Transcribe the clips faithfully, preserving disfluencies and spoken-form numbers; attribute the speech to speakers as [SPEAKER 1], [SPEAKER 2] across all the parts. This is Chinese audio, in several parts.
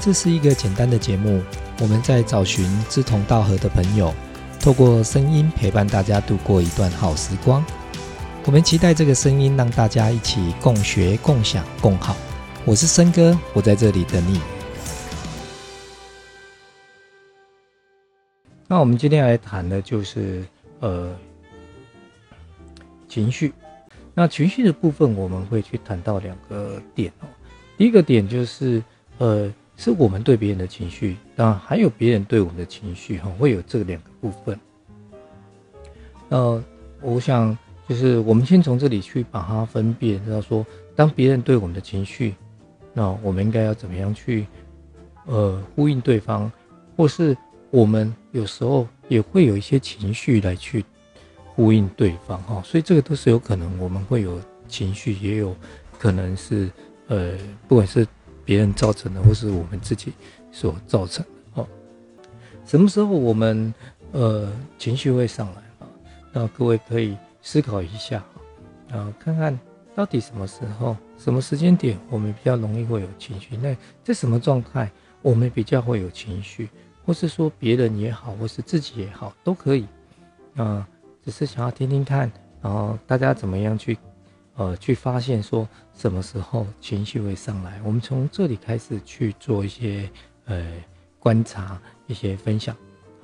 [SPEAKER 1] 这是一个简单的节目，我们在找寻志同道合的朋友，透过声音陪伴大家度过一段好时光。我们期待这个声音让大家一起共学、共享、共好。我是森哥，我在这里等你。那我们今天来谈的就是呃情绪。那情绪的部分，我们会去谈到两个点哦。第一个点就是呃是我们对别人的情绪，当然还有别人对我们的情绪哈，会有这两个部分。呃，我想就是我们先从这里去把它分辨，知道说，当别人对我们的情绪，那我们应该要怎么样去呃呼应对方，或是我们有时候也会有一些情绪来去呼应对方哈，所以这个都是有可能我们会有情绪，也有可能是呃不管是别人造成的，或是我们自己所造成的哦。什么时候我们呃情绪会上来？那各位可以思考一下，啊，看看到底什么时候、什么时间点我们比较容易会有情绪？那在什么状态我们比较会有情绪？或是说别人也好，或是自己也好，都可以。啊、呃，只是想要听听看，然后大家怎么样去呃去发现说什么时候情绪会上来？我们从这里开始去做一些呃观察、一些分享。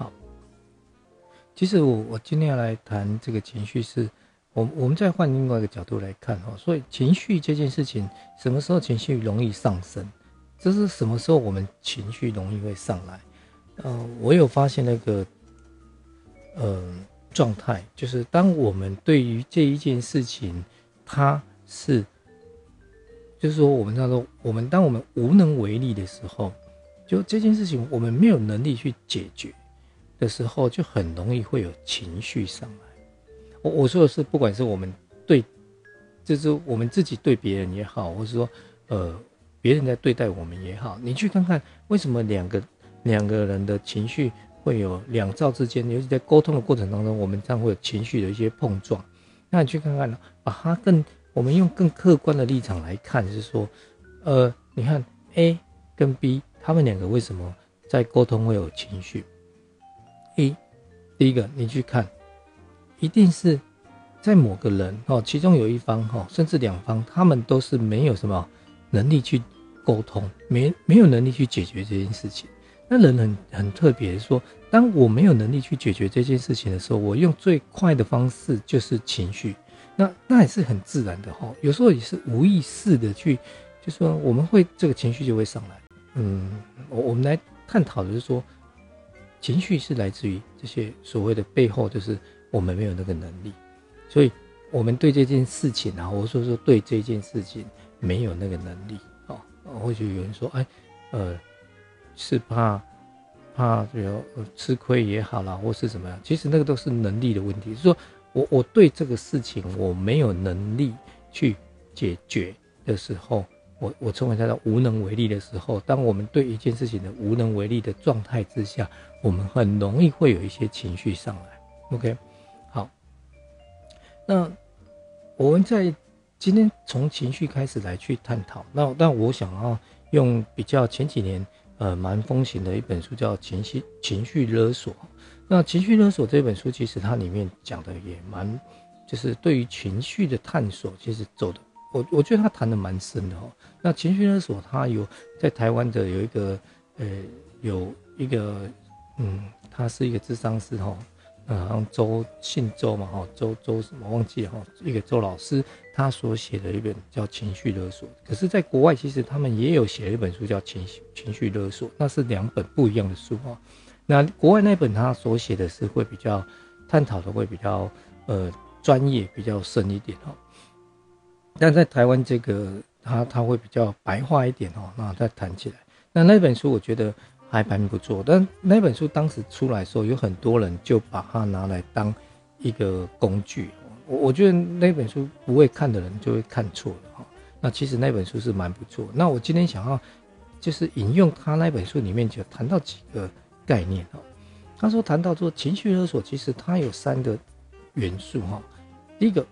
[SPEAKER 1] 其实我我今天要来谈这个情绪是，我我们再换另外一个角度来看哈，所以情绪这件事情，什么时候情绪容易上升？这是什么时候我们情绪容易会上来？呃，我有发现那个呃状态，就是当我们对于这一件事情，它是，就是说我们叫做我们当我们无能为力的时候，就这件事情我们没有能力去解决的时候，就很容易会有情绪上来。我我说的是，不管是我们对，就是我们自己对别人也好，或是说，呃，别人在对待我们也好，你去看看为什么两个两个人的情绪会有两造之间，尤其在沟通的过程当中，我们这样会有情绪的一些碰撞。那你去看看，把它更，我们用更客观的立场来看，是说，呃，你看 A 跟 B 他们两个为什么在沟通会有情绪？一，第一个你去看，一定是在某个人哦，其中有一方哈，甚至两方，他们都是没有什么能力去沟通，没没有能力去解决这件事情。那人很很特别，说当我没有能力去解决这件事情的时候，我用最快的方式就是情绪，那那也是很自然的哈。有时候也是无意识的去，就说我们会这个情绪就会上来。嗯，我我们来探讨的是说，情绪是来自于这些所谓的背后，就是我们没有那个能力，所以我们对这件事情啊，我说说对这件事情没有那个能力哦。或许有人说，哎，呃，是怕怕比如吃亏也好啦，或是怎么样，其实那个都是能力的问题。就是说我我对这个事情我没有能力去解决的时候。我我称为它叫无能为力的时候，当我们对一件事情的无能为力的状态之下，我们很容易会有一些情绪上来。OK， 好，那我们在今天从情绪开始来去探讨。那但我想要用比较前几年呃蛮风行的一本书叫情绪情绪勒索。那情绪勒索这本书其实它里面讲的也蛮，就是对于情绪的探索，其实走的。我我觉得他谈的蛮深的哦。那情绪勒索，他有在台湾的有一个呃有一个嗯，他是一个諮商师哈，呃，好像周姓周嘛哈，周周什么忘记了哈，一个周老师他所写的一本叫《情绪勒索》。可是，在国外其实他们也有写了一本书叫《情绪情绪勒索》，那是两本不一样的书哈。那国外那本他所写的是会比较探讨的会比较呃专业，比较深一点哈。但在台湾这个它它会比较白话一点哦，那再谈起来，那那本书我觉得还蛮不错。但那本书当时出来的时候，有很多人就把它拿来当一个工具。我我觉得那本书不会看的人就会看错了哈。那其实那本书是蛮不错。那我今天想要就是引用他那本书里面就谈到几个概念哈。他说谈到说情绪勒索，其实它有三个元素哈。第一个，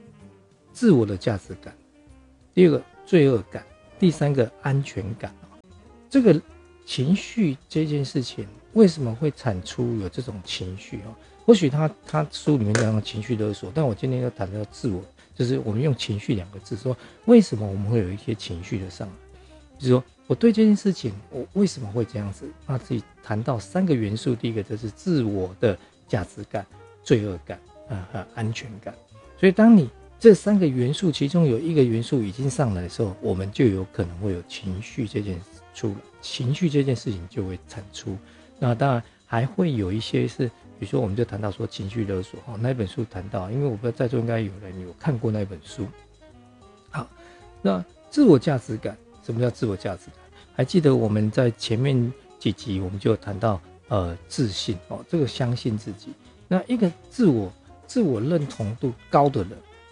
[SPEAKER 1] 自我的价值感；第二个，罪恶感；第三个，安全感。 这个情绪这件事情为什么会产出有这种情绪哦？或许他他书里面讲情绪勒索，但我今天要谈到自我，就是我们用情绪两个字说，为什么我们会有一些情绪的上来？就是说我对这件事情，我为什么会这样子？他自己谈到三个元素，第一个就是自我的价值感、罪恶感啊和安全感。所以当你这三个元素其中有一个元素已经上来的时候，我们就有可能会有情绪这件事出来，情绪这件事情就会产出。那当然还会有一些是，比如说我们就谈到说情绪勒索，那一本书谈到，因为我不知道在座应该有人有看过那一本书。好，那自我价值感，什么叫自我价值感？还记得我们在前面几集我们就有谈到呃自信哦，这个相信自己。那一个自我自我认同度高的人，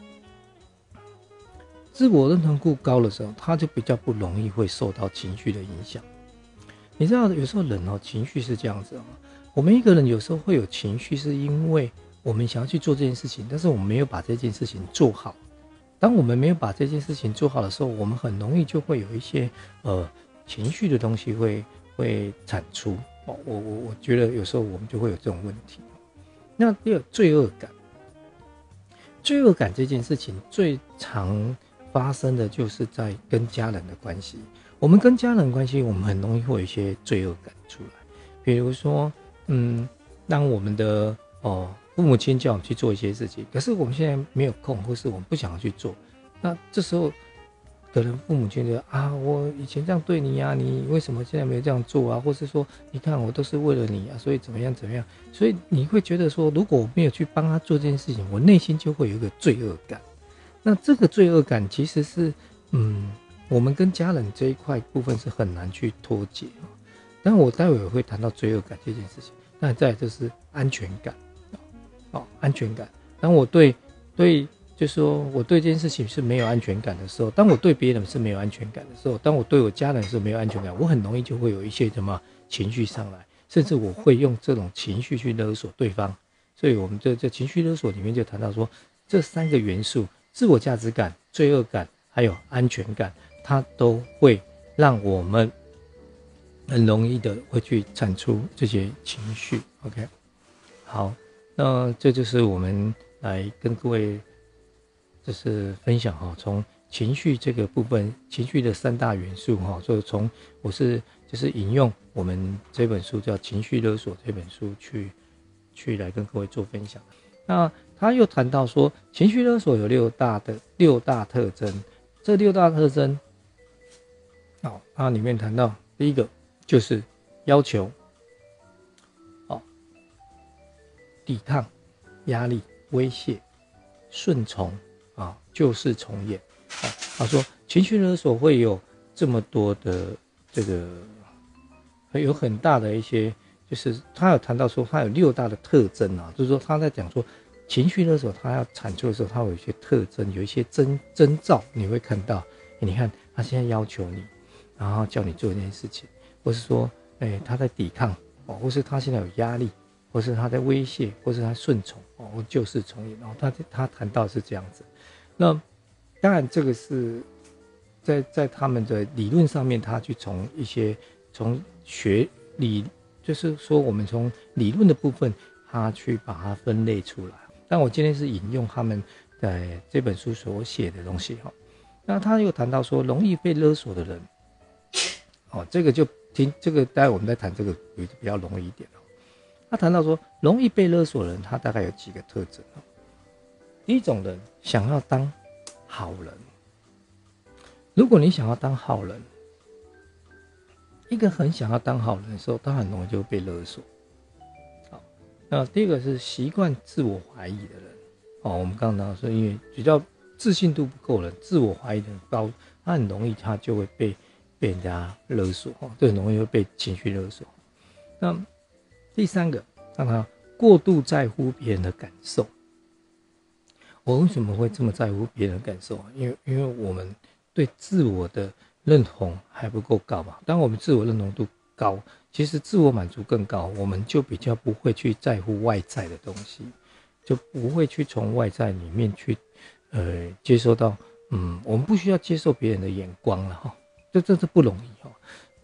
[SPEAKER 1] 自我认同度高的时候，他就比较不容易会受到情绪的影响。你知道有时候人哦，情绪是这样子哦，我们一个人有时候会有情绪，是因为我们想要去做这件事情，但是我们没有把这件事情做好。当我们没有把这件事情做好的时候，我们很容易就会有一些呃情绪的东西会会产出哦。我我我觉得有时候我们就会有这种问题。那第二，罪恶感，罪恶感这件事情最常发生的就是在跟家人的关系。我们跟家人关系，我们很容易会有一些罪恶感出来。比如说，嗯，当我们的哦父母亲叫我们去做一些事情，可是我们现在没有空，或是我们不想要去做，那这时候可能父母亲就啊，我以前这样对你啊，你为什么现在没有这样做啊？或是说，你看我都是为了你啊，所以怎么样怎么样？所以你会觉得说，如果我没有去帮他做这件事情，我内心就会有一个罪恶感。那这个罪恶感其实是，嗯，我们跟家人这一块部分是很难去脱节啊。但我待会也会谈到罪恶感这件事情。那再来就是安全感，哦，安全感。当我对对，就是说我对这件事情是没有安全感的时候，当我对别人是没有安全感的时候，当我对我家人是没有安全感，我很容易就会有一些什么情绪上来，甚至我会用这种情绪去勒索对方。所以我们这这情绪勒索里面就谈到说，这三个元素：自我价值感、罪恶感，还有安全感，它都会让我们很容易的会去产出这些情绪。 OK， 好，那这就是我们来跟各位就是分享哈，从情绪这个部分，情绪的三大元素哈，就从我是就是引用我们这本书叫《情绪勒索》这本书去去来跟各位做分享。那他又谈到说，情绪勒索有六大的六大特征，这六大特征，好，它里面谈到第一个就是要求、哦、抵抗、压力、威胁、顺从啊，旧事重演。啊，他说情绪勒索会有这么多的这个，有很大的一些，就是他有谈到说他有六大的特征啊，就是说他在讲说情绪勒索他要产出的时候，他有一些特征，有一些征征兆，你会看到，你看他现在要求你，然后叫你做一件事情，或是说，哎，他在抵抗哦，或是他现在有压力，或是他在威胁，或是他顺从哦，或旧事重演，然后他他谈到是这样子。那当然这个是在在他们的理论上面，他去从一些从学理，就是说我们从理论的部分，他去把它分类出来。但我今天是引用他们在这本书所写的东西哈。那他又谈到说，容易被勒索的人，哦，这个就听这个，待会我们再谈这个比较容易一点哦。他谈到说，容易被勒索的人，他大概有几个特征哦。第一种人想要当好人，如果你想要当好人，一个很想要当好人的时候，他很容易就会被勒索。好，那第二个是习惯自我怀疑的人，哦，我们刚刚谈到说，因为比较自信度不够的人，自我怀疑的人高，他很容易他就会被被人家勒索，哦，这很容易会被情绪勒索。那第三个，让他过度在乎别人的感受。我为什么会这么在乎别人的感受？因为因为我们对自我的认同还不够高嘛。当我们自我认同度高，其实自我满足更高，我们就比较不会去在乎外在的东西，就不会去从外在里面去呃接受到，嗯，我们不需要接受别人的眼光了哈。这这这不容易哈。在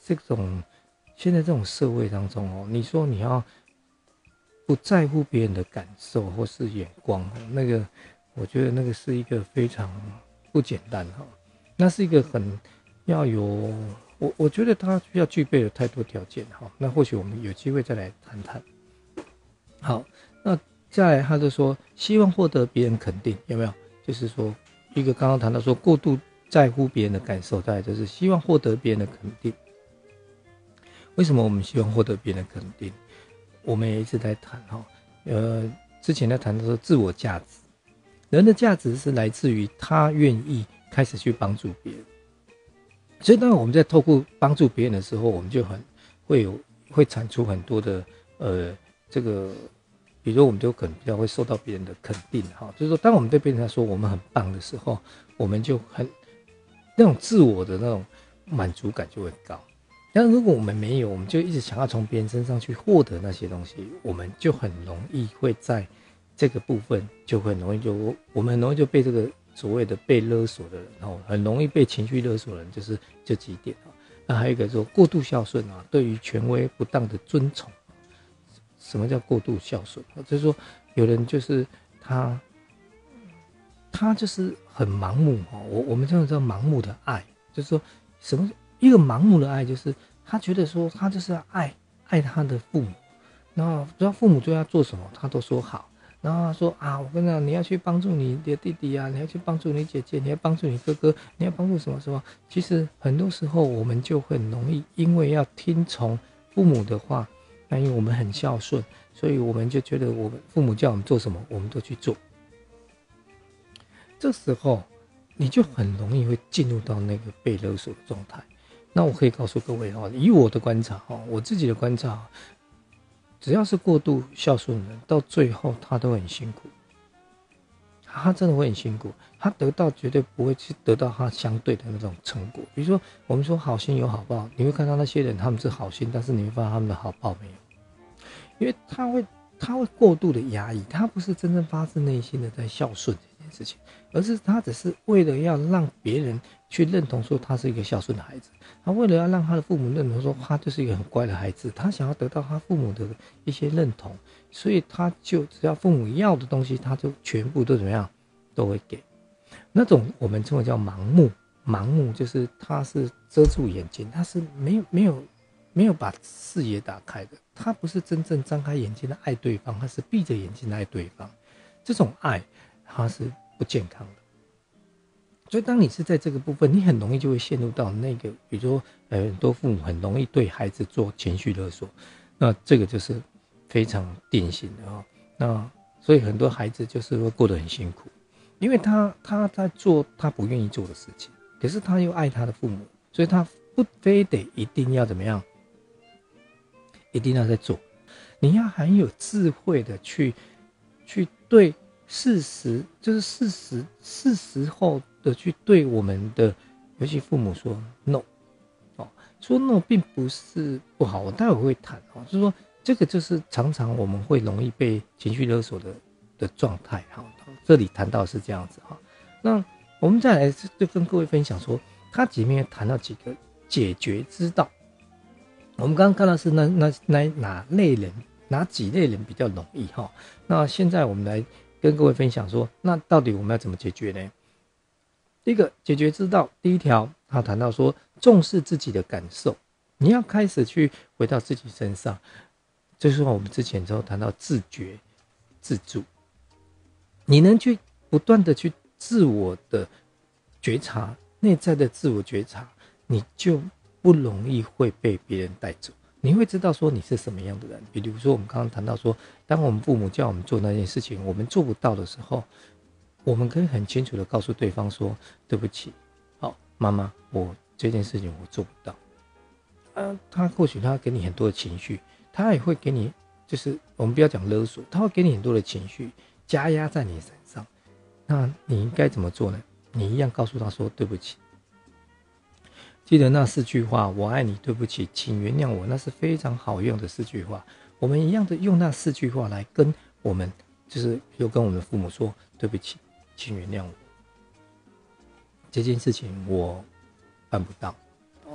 [SPEAKER 1] 这种现在这种社会当中哦，你说你要不在乎别人的感受或是眼光，那个我觉得那个是一个非常不简单哈，那是一个很要有我我觉得他需要具备的太多条件哈，那或许我们有机会再来谈谈。好，那再来他就说希望获得别人肯定，有没有？就是说一个刚刚谈到说过度在乎别人的感受，再来就是希望获得别人的肯定。为什么我们希望获得别人的肯定？我们也一直在谈哈，呃，之前在谈的说自我价值，人的价值是来自于他愿意开始去帮助别人。所以当我们在透过帮助别人的时候，我们就很会有会产出很多的呃这个，比如说我们就可能比较会受到别人的肯定哈，就是说当我们对别人来说我们很棒的时候，我们就很那种自我的那种满足感就会高。但如果我们没有，我们就一直想要从别人身上去获得那些东西，我们就很容易会在这个部分就会很容易就我们很容易就被这个所谓的被勒索的人，哦，很容易被情绪勒索的人，就是这几点啊。那还有一个说过度孝顺啊，对于权威不当的尊崇。什么叫过度孝顺？就是说有人就是他，他就是很盲目哈。我我们这种叫盲目的爱，就是说什么一个盲目的爱，就是他觉得说他就是要爱爱他的父母，然后不知道父母对他做什么，他都说好。然后他说啊，我跟你讲，你要去帮助你的弟弟啊，你要去帮助你姐姐，你要帮助你哥哥，你要帮助什么什么。其实很多时候我们就很容易，因为要听从父母的话，那因为我们很孝顺，所以我们就觉得我们父母叫我们做什么，我们都去做。这时候你就很容易会进入到那个被勒索的状态。那我可以告诉各位哈，以我的观察哈，我自己的观察，只要是过度孝顺的人，到最后他都很辛苦，他真的会很辛苦，他得到绝对不会去得到他相对的那种成果。比如说我们说好心有好报，你会看到那些人他们是好心，但是你会发现他们的好报没有，因为他会他会过度的压抑，他不是真正发自内心的在孝顺这件事情，而是他只是为了要让别人去认同说他是一个孝顺的孩子，他为了要让他的父母认同说他就是一个很乖的孩子，他想要得到他父母的一些认同，所以他就只要父母要的东西，他就全部都怎么样都会给。那种我们称为叫盲目，盲目就是他是遮住眼睛，他是没有没有没有把视野打开的，他不是真正张开眼睛的爱对方，他是闭着眼睛的爱对方。这种爱它是不健康的。所以当你是在这个部分，你很容易就会陷入到那个，比如说呃很多父母很容易对孩子做情绪勒索，那这个就是非常典型的啊。那所以很多孩子就是会过得很辛苦，因为他他在做他不愿意做的事情，可是他又爱他的父母，所以他不非得一定要怎么样，一定要在做。你要很有智慧的去去对事实，就是事实事实后的去对我们的尤其父母说 no 哦，说 no 并不是不好，我待会会谈哦，就是说这个就是常常我们会容易被情绪勒索的的状态哈。这里谈到是这样子哈，那我们再来就跟各位分享说，他里面谈到几个解决之道。我们刚刚看到是那那那哪类人哪几类人比较容易哈？那现在我们来跟各位分享说，那到底我们要怎么解决呢？第一个解决之道，第一条，他谈到说重视自己的感受，你要开始去回到自己身上，就是说我们之前之后谈到自觉、自助，你能去不断的去自我的觉察，内在的自我觉察，你就不容易会被别人带走。你会知道说你是什么样的人。比如说我们刚刚谈到说，当我们父母叫我们做那件事情，我们做不到的时候，我们可以很清楚的告诉对方说，对不起，好，妈妈，我这件事情我做不到。啊，他或许他给你很多的情绪，他也会给你，就是我们不要讲勒索，他会给你很多的情绪加压在你身上。那你应该怎么做呢？你一样告诉他说对不起。记得那四句话，我爱你，对不起，请原谅我，那是非常好用的四句话。我们一样的用那四句话来跟我们，就是又跟我们的父母说对不起，请原谅我，这件事情我办不到，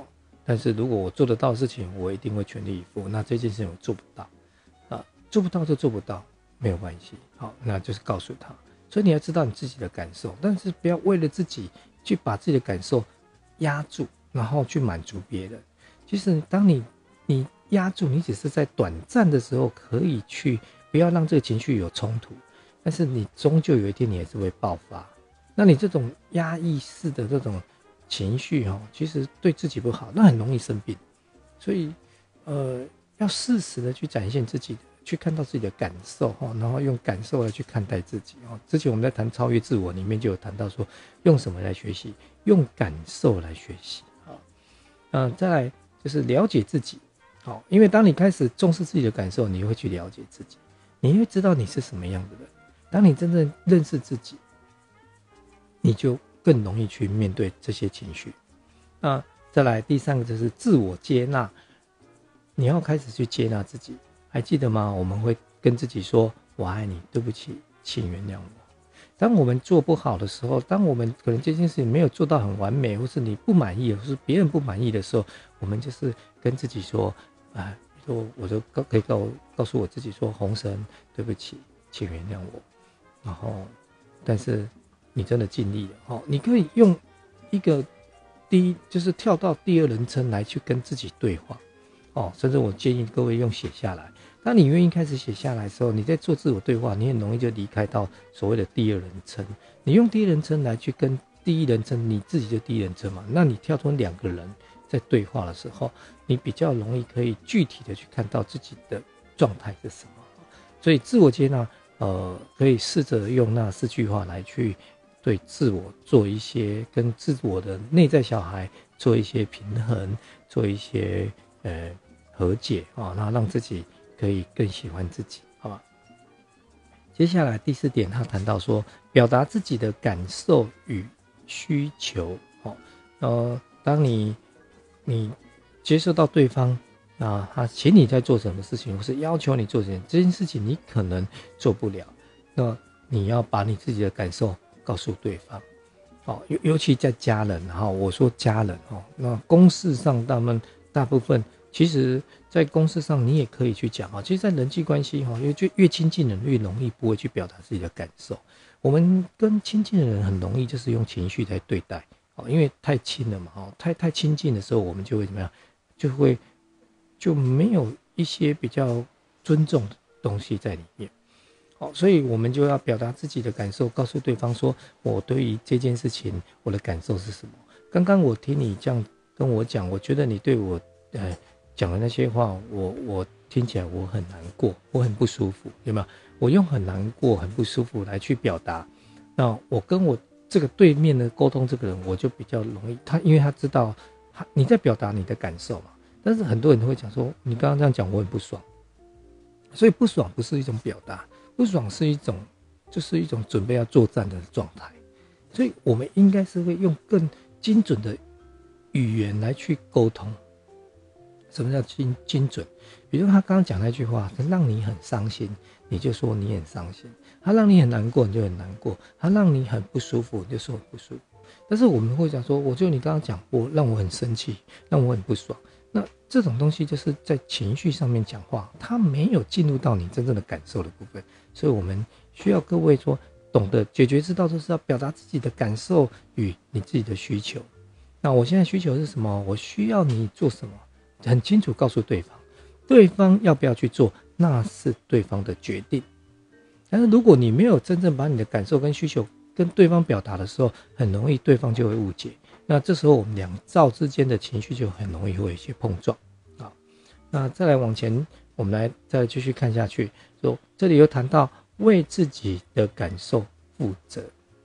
[SPEAKER 1] 但是如果我做得到的事情，我一定会全力以赴。那这件事情我做不到，啊，做不到就做不到，没有关系。好，那就是告诉他。所以你要知道你自己的感受，但是不要为了自己去把自己的感受压住，然后去满足别人。其实当你你压住，你只是在短暂的时候可以去，不要让这个情绪有冲突，但是你终究有一天你还是会爆发。那你这种压抑式的这种情绪哦，其实对自己不好，那很容易生病。所以呃，要适时的去展现自己的，去看到自己的感受哈，然后用感受来去看待自己哦。之前我们在谈超越自我里面就有谈到说，用什么来学习？用感受来学习啊。嗯，再来就是了解自己。好，因为当你开始重视自己的感受，你会去了解自己，你会知道你是什么样的人。当你真正认识自己，你就更容易去面对这些情绪。那再来第三个就是自我接纳，你要开始去接纳自己。还记得吗？我们会跟自己说：“我爱你，对不起，请原谅我。”当我们做不好的时候，当我们可能这件事情没有做到很完美，或是你不满意，或是别人不满意的时候，我们就是跟自己说：“啊，说我就可以告告诉我自己说，洪神，对不起，请原谅我。”然后，但是你真的尽力了哦，你可以用一个第一，就是跳到第二人称来去跟自己对话哦，甚至我建议各位用写下来。当你愿意开始写下来的时候，你在做自我对话，你很容易就离开到所谓的第二人称。你用第一人称来去跟第一人称，你自己就第一人称嘛，那你跳出两个人在对话的时候，你比较容易可以具体的去看到自己的状态是什么。所以自我接纳，呃，可以试着用那四句话来去对自我做一些跟自我的内在小孩做一些平衡，做一些呃和解啊，然后让自己可以更喜欢自己，好吧？接下来第四点，他谈到说，表达自己的感受与需求。哦，呃，当你你接受到对方啊，他请你在做什么事情，或是要求你做什么这件事情，你可能做不了，那你要把你自己的感受告诉对方。哦，尤尤其在家人哈，我说家人哦，那公事上他们大部分。其实在公事上你也可以去讲啊，其实在人际关系哈，因为就越亲近的人越容易不会去表达自己的感受。我们跟亲近的人很容易就是用情绪在对待，因为太亲了嘛，太太亲近的时候，我们就会怎么样，就会就没有一些比较尊重的东西在里面。所以我们就要表达自己的感受，告诉对方说我对于这件事情我的感受是什么。刚刚我听你这样跟我讲，我觉得你对我呃讲的那些话，我我听起来我很难过，我很不舒服，有没有？我用很难过、很不舒服来去表达，那我跟我这个对面的沟通这个人，我就比较容易，他因为他知道他你在表达你的感受嘛。但是很多人都会讲说，你刚刚这样讲，我很不爽。所以不爽不是一种表达，不爽是一种，就是一种准备要作战的状态。所以我们应该是会用更精准的语言来去沟通。什么叫精精准？比如他刚刚讲那句话，他让你很伤心，你就说你很伤心；他让你很难过，你就很难过；他让你很不舒服，你就说很不舒服。但是我们会讲说，我就你刚刚讲，我让我很生气，让我很不爽。那这种东西就是在情绪上面讲话，它没有进入到你真正的感受的部分。所以我们需要各位说，懂得解决之道，就是要表达自己的感受与你自己的需求。那我现在需求是什么？我需要你做什么？很清楚告诉对方，对方要不要去做，那是对方的决定。但是如果你没有真正把你的感受跟需求跟对方表达的时候，很容易对方就会误解。那这时候我们两造之间的情绪就很容易会有一些碰撞啊。那再来往前，我们来再继续看下去，说这里又谈到为自己的感受负责。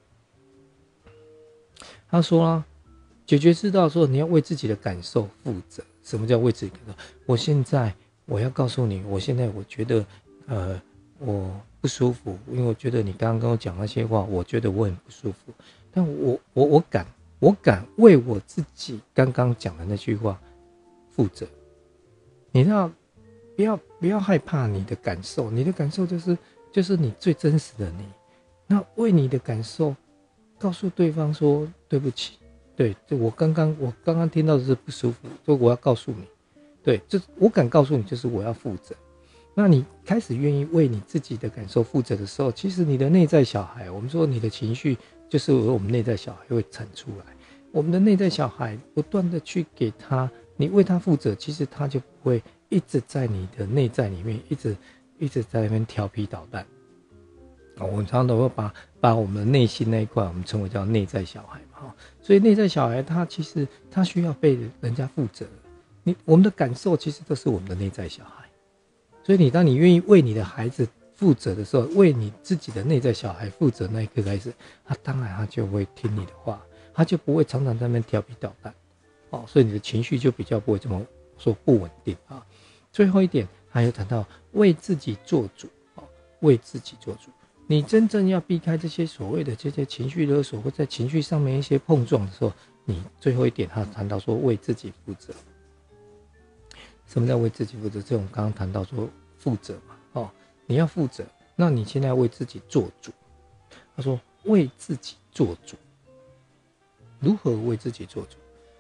[SPEAKER 1] 他说啦，解决之道说你要为自己的感受负责。什么叫为自己感受？我现在我要告诉你，我现在我觉得呃我不舒服，因为我觉得你刚刚跟我讲那些话，我觉得我很不舒服。但我我我敢我敢为我自己刚刚讲的那句话负责。你知道，不要不要害怕你的感受，你的感受就是就是你最真实的你。那为你的感受告诉对方说对不起， 对，这我刚刚我刚刚听到的是不舒服，所以我要告诉你，对，这我敢告诉你，就是我要负责。那你开始愿意为你自己的感受负责的时候，其实你的内在小孩，我们说你的情绪就是我们内在小孩会产出来。我们的内在小孩不断的去给他，你为他负责，其实他就不会一直在你的内在里面，一直一直在那边调皮捣蛋。我们常常都会把把我们的内心那一块，我们称为叫内在小孩嘛。所以内在小孩他其实他需要被人家负责。你我们的感受其实都是我们的内在小孩。所以你当你愿意为你的孩子负责的时候，为你自己的内在小孩负责那一刻开始，他当然他就会听你的话，他就不会常常在那边调皮捣蛋。哦，所以你的情绪就比较不会这么说不稳定啊。最后一点还有谈到为自己做主，哦，为自己做主。你真正要避开这些所谓的这些情绪勒索或在情绪上面一些碰撞的时候，你最后一点他谈到说为自己负责。什么叫为自己负责？这种刚刚谈到说负责嘛，哦，你要负责，那你现在为自己做主。他说为自己做主，如何为自己做主？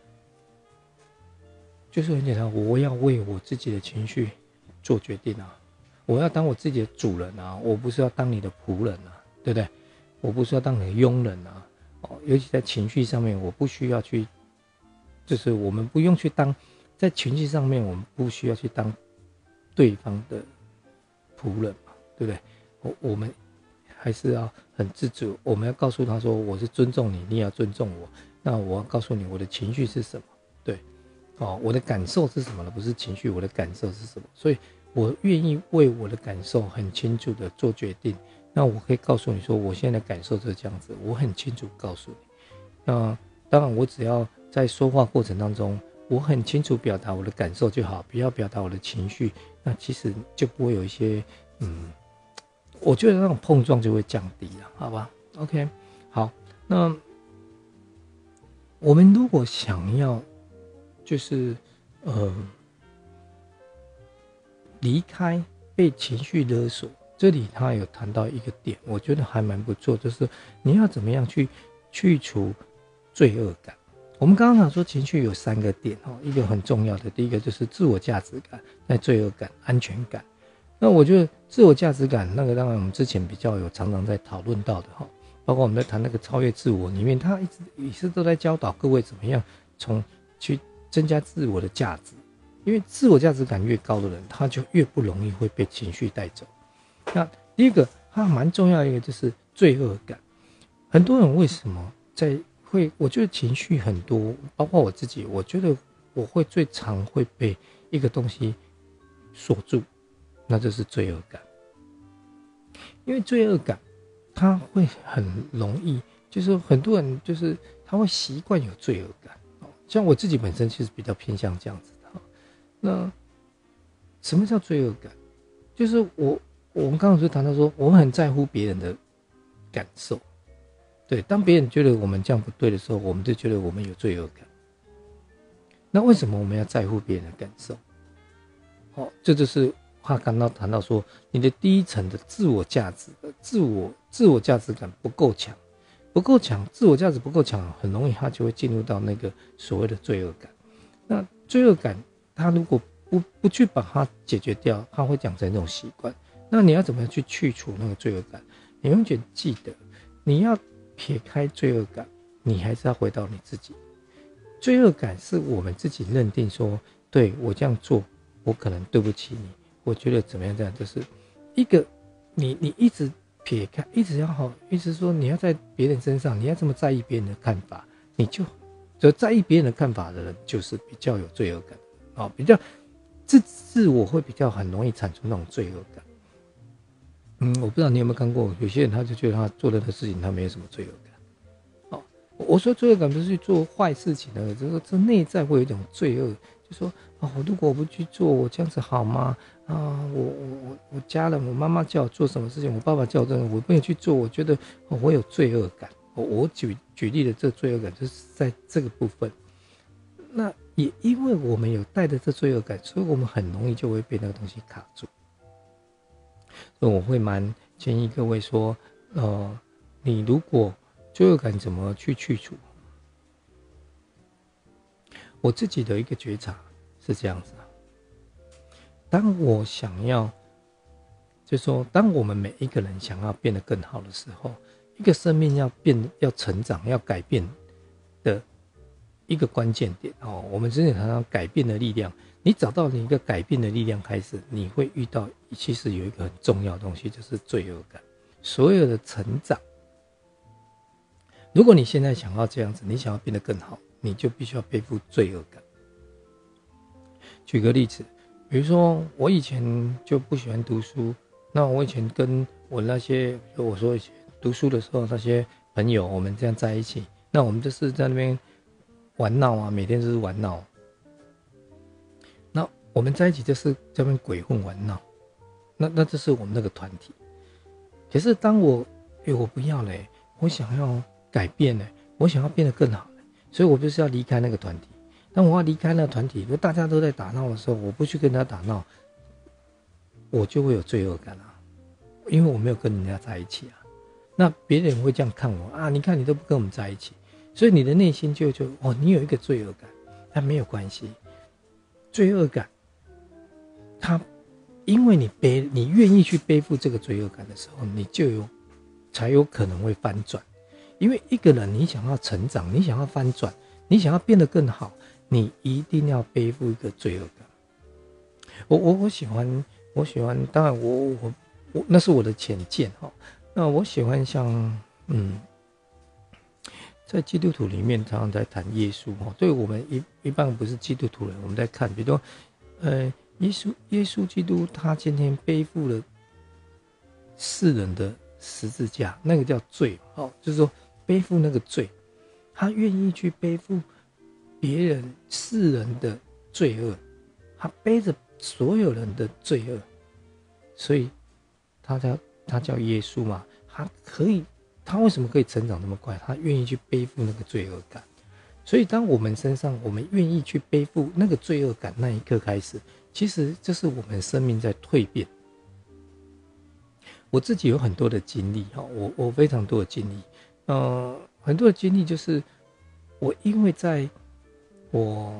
[SPEAKER 1] 就是很简单，我要为我自己的情绪做决定啊。我要当我自己的主人啊，我不是要当你的仆人啊，对不对？我不是要当你的佣人啊，哦，尤其在情绪上面，我不需要去，就是我们不用去当，在情绪上面，我们不需要去当对方的仆人嘛，对不对？我我们还是要很自主，我们要告诉他说，我是尊重你，你也要尊重我。那我要告诉你我的情绪是什么，对，哦，我的感受是什么呢？不是情绪，我的感受是什么？所以我愿意为我的感受很清楚的做决定。那我可以告诉你说，我现在的感受就是这样子，我很清楚告诉你。那当然，我只要在说话过程当中，我很清楚表达我的感受就好，不要表达我的情绪。那其实就不会有一些，嗯，我觉得那种碰撞就会降低了，好吧 ？OK， 好，那我们如果想要，就是呃。离开被情绪勒索，这里他有谈到一个点，我觉得还蛮不错，就是你要怎么样去去除罪恶感。我们刚刚讲说情绪有三个点，一个很重要的，第一个就是自我价值感，在罪恶感、安全感。那我觉得自我价值感那个，当然我们之前比较有常常在讨论到的，包括我们在谈那个超越自我里面，他一直也是都在教导各位怎么样从去增加自我的价值。因为自我价值感越高的人，他就越不容易会被情绪带走。那第一个，他蛮重要的一个就是罪恶感。很多人为什么在会？我觉得情绪很多，包括我自己，我觉得我会最常会被一个东西锁住，那就是罪恶感。因为罪恶感，他会很容易，就是很多人就是他会习惯有罪恶感。像我自己本身其实比较偏向这样子。那什么叫罪恶感？就是我我们刚刚就谈到说，我们很在乎别人的感受。对，当别人觉得我们这样不对的时候，我们就觉得我们有罪恶感。那为什么我们要在乎别人的感受？哦，这就是他刚刚谈到说，你的第一层的自我价值的自我自我价值感不够强，不够强，自我价值不够强，很容易他就会进入到那个所谓的罪恶感。那罪恶感，他如果不不去把它解决掉，他会养成这种习惯。那你要怎么样去去除那个罪恶感？你永远记得，你要撇开罪恶感，你还是要回到你自己。罪恶感是我们自己认定说，对，我这样做，我可能对不起你，我觉得怎么样这样，就是一个你你一直撇开，一直要好，一直说你要在别人身上，你要这么在意别人的看法，你就就在意别人的看法的人，就是比较有罪恶感。哦，比较自自我会比较很容易产出那种罪恶感。嗯，我不知道你有没有看过，有些人他就觉得他做任何事情他没有什么罪恶感。哦，我说罪恶感不是去做坏事情的，就是这内在会有一种罪恶，就说哦，如果我不去做，我这样子好吗？啊，我我我我家人，我妈妈叫我做什么事情，我爸爸叫我做，我没有去做，我觉得、哦、我有罪恶感。我我举举例的这个罪恶感就是在这个部分。那也因为我们有带着这罪恶感，所以我们很容易就会被那个东西卡住。所以我会蛮建议各位说，呃，你如果罪恶感怎么去去除？ 我自己的一个觉察是这样子啊，当我想要，就是说，当我们每一个人想要变得更好的时候，一个生命要变、要成长、要改变的一个关键点哦，我们之前常常改变的力量。你找到你一个改变的力量开始，你会遇到其实有一个很重要的东西，就是罪恶感。所有的成长，如果你现在想要这样子，你想要变得更好，你就必须要背负罪恶感。举个例子，比如说我以前就不喜欢读书，那我以前跟我那些我说以前读书的时候那些朋友，我们这样在一起，那我们就是在那边玩闹啊，每天就是玩闹。那我们在一起就是在那边鬼混玩闹，那那这是我们那个团体。可是当我哎、欸、我不要嘞，我想要改变嘞，我想要变得更好嘞，所以我就是要离开那个团体。当我要离开那个团体，如果大家都在打闹的时候，我不去跟他打闹，我就会有罪恶感啊，因为我没有跟人家在一起啊。那别人会这样看我啊，你看你都不跟我们在一起，所以你的内心就就哦，你有一个罪恶感，但没有关系。罪恶感，它因为你背，你愿意去背负这个罪恶感的时候，你就有才有可能会翻转。因为一个人你想要成长，你想要翻转，你想要变得更好，你一定要背负一个罪恶感。我我我喜欢，我喜欢，当然我我我那是我的浅见哈。那我喜欢像嗯。在基督徒里面，常常在谈耶稣哈。对我们一一般不是基督徒人，我们在看，比如说，呃，耶稣耶稣基督他今天背负了世人的十字架，那个叫罪哦，就是说背负那个罪，他愿意去背负别人世人的罪恶，他背着所有人的罪恶，所以他叫他叫耶稣嘛，他可以。他为什么可以成长那么快？他愿意去背负那个罪恶感，所以当我们身上我们愿意去背负那个罪恶感那一刻开始，其实这是我们生命在蜕变。我自己有很多的经历哈，我我非常多的经历，呃，很多的经历就是我因为在我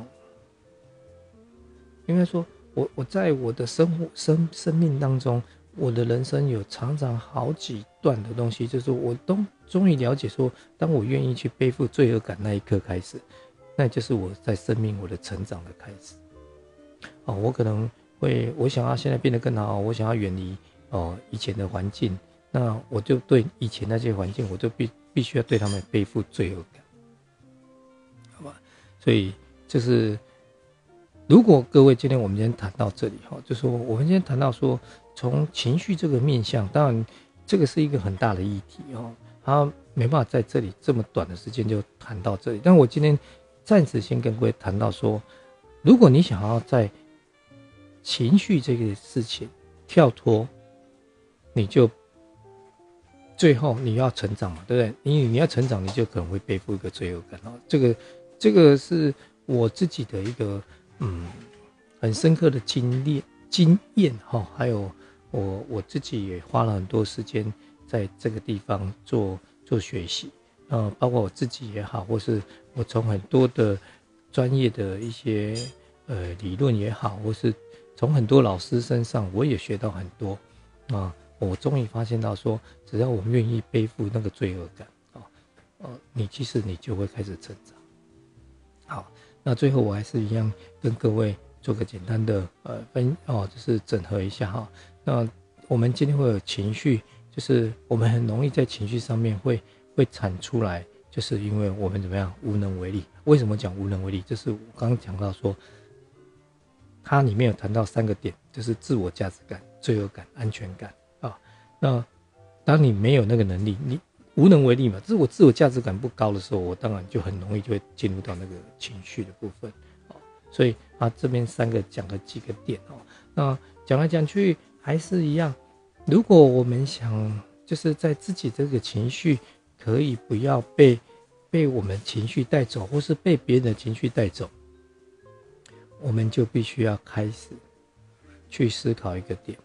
[SPEAKER 1] 应该说我我在我的生活生生命当中。我的人生有常常好几段的东西，就是我都终于了解说，当我愿意去背负罪恶感那一刻开始，那就是我在生命我的成长的开始。哦，我可能会，我想要现在变得更好，我想要远离哦以前的环境，那我就对以前那些环境，我就必必须要对他们背负罪恶感，好吧？所以就是。如果各位今天我们今天谈到这里哈，就说我们今天谈到说，从情绪这个面向，当然这个是一个很大的议题哦，它没办法在这里这么短的时间就谈到这里。但我今天暂时先跟各位谈到说，如果你想要在情绪这个事情跳脱，你就最后你要成长嘛，对不对？因为你要成长，你就可能会背负一个罪恶感哦。这个这个是我自己的一个。嗯，很深刻的经历经验哈，还有我我自己也花了很多时间在这个地方做做学习，呃，包括我自己也好，或是我从很多的专业的一些呃理论也好，或是从很多老师身上，我也学到很多啊。我终于发现到说，只要我们愿意背负那个罪恶感啊，呃，你其实你就会开始成长。好。那最后我还是一样跟各位做个简单的呃分哦，就是整合一下哈。那我们今天会有情绪，就是我们很容易在情绪上面会会产出来，就是因为我们怎么样无能为力。为什么讲无能为力？就是我刚刚讲到说，它里面有谈到三个点，就是自我价值感、罪恶感、安全感啊。那当你没有那个能力，你无能为力嘛，这是我自我价值感不高的时候，我当然就很容易就会进入到那个情绪的部分，哦，所以啊这边三个讲了几个点哦，那讲来讲去还是一样，如果我们想就是在自己这个情绪可以不要被被我们情绪带走，或是被别人的情绪带走，我们就必须要开始去思考一个点，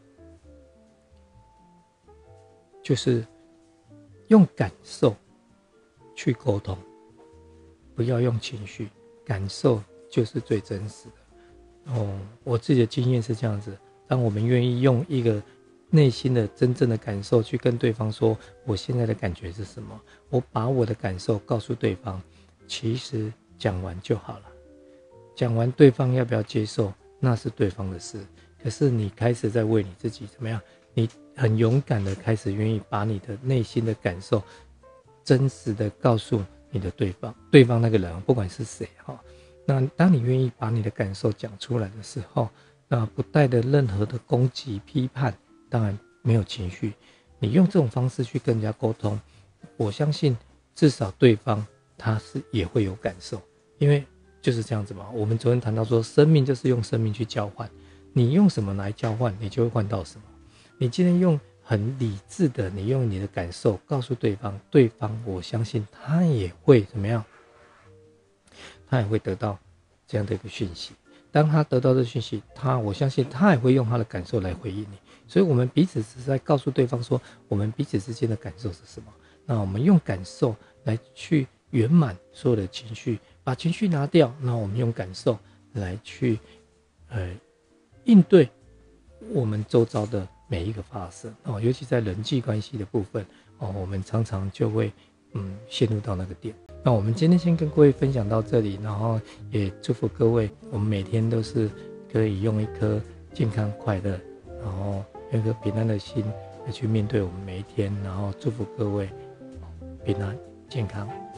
[SPEAKER 1] 就是用感受去沟通，不要用情绪。感受就是最真实的。哦，我自己的经验是这样子，当我们愿意用一个内心的真正的感受去跟对方说我现在的感觉是什么，我把我的感受告诉对方，其实讲完就好了。讲完对方要不要接受，那是对方的事。可是你开始在为你自己怎么样，你很勇敢的开始愿意把你的内心的感受真实的告诉你的对方，对方那个人不管是谁，那当你愿意把你的感受讲出来的时候，那不带的任何的攻击批判，当然没有情绪，你用这种方式去跟人家沟通，我相信至少对方他是也会有感受。因为就是这样子嘛，我们昨天谈到说生命就是用生命去交换，你用什么来交换，你就会换到什么。你今天用很理智的，你用你的感受告诉对方，对方我相信他也会怎么样，他也会得到这样的一个讯息。当他得到这讯息，他我相信他也会用他的感受来回应你。所以我们彼此是在告诉对方说，我们彼此之间的感受是什么。那我们用感受来去圆满所有的情绪，把情绪拿掉，那我们用感受来去呃应对我们周遭的每一个发生哦，尤其在人际关系的部分哦，我们常常就会嗯陷入到那个点。那我们今天先跟各位分享到这里，然后也祝福各位，我们每天都是可以用一颗健康快乐，然后用一颗平安的心来去面对我们每一天，然后祝福各位平安健康